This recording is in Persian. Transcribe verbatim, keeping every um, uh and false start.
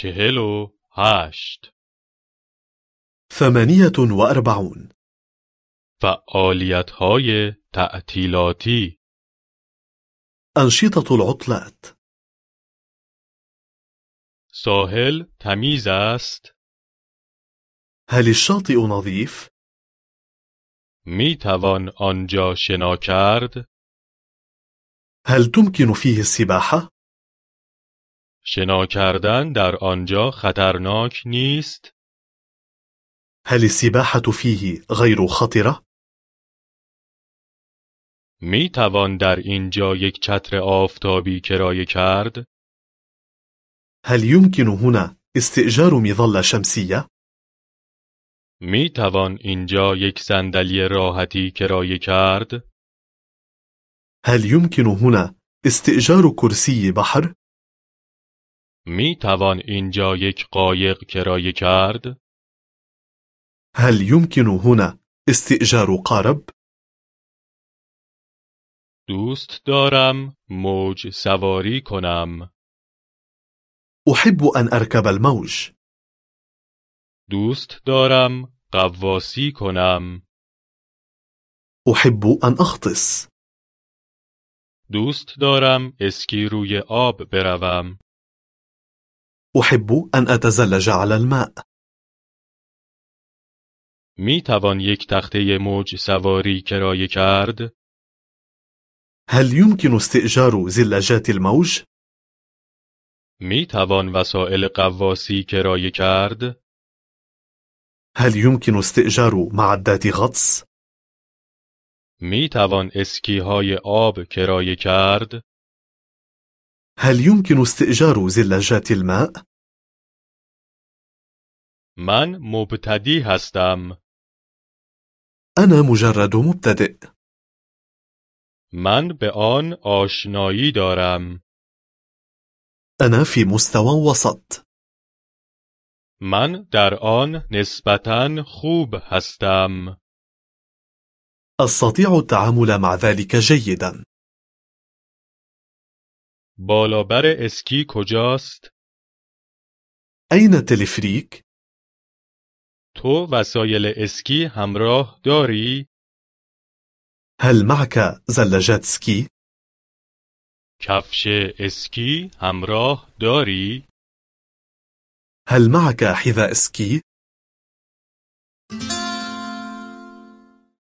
چهل و هشت. ثمانية وأربعون. فعالیت‌های تعطیلاتی. أنشطة العطلات. ساحل تمیز است؟ هل الشاطئ نظيف؟ می توان آنجا شنا کرد؟ هل تمكن فيه السباحة؟ شنا کردن در آنجا خطرناک نیست؟ هل السباحة فيه غير خطرة؟ می توان در اینجا یک چتر آفتابی کرایه کرد؟ هل يمكن هنا استئجار مظلة شمسية؟ می توان اینجا یک صندلی راحتی کرایه کرد؟ هل يمكن هنا استئجار كرسي بحر؟ می توان اینجا یک قایق کرایه کرد؟ هل يمكن هنا استئجار قارب؟ دوست دارم موج سواری کنم. أحب أن أركب الموج. دوست دارم غواصی کنم. أحب أن أغطس. دوست دارم اسکی روی آب بروم. أحب أن أتزلج على الماء. می توان یک تخته موج سواری کرایه کرد؟ هل يمكن استئجار زلاجات الموج؟ می توان وسایل غواصی کرایه کرد؟ هل يمكن استئجار معدات غطس؟ می توان اسکی های آب کرایه کرد؟ هل يمكن استئجار زلاجات الماء؟ من مبتدی هستم. أنا مجرد مبتدئ. من به آن آشنایی دارم. أنا في مستوى وسط. من در آن نسبتاً خوب هستم. أستطيع التعامل مع ذلك جيدا. بالابر اسکی کجاست؟ أين التلفريك؟ تو وسایل اسکی همراه داری؟ هل معك زلاجات سكي؟ کفش اسکی همراه داری؟ هل معك حذاء سكي؟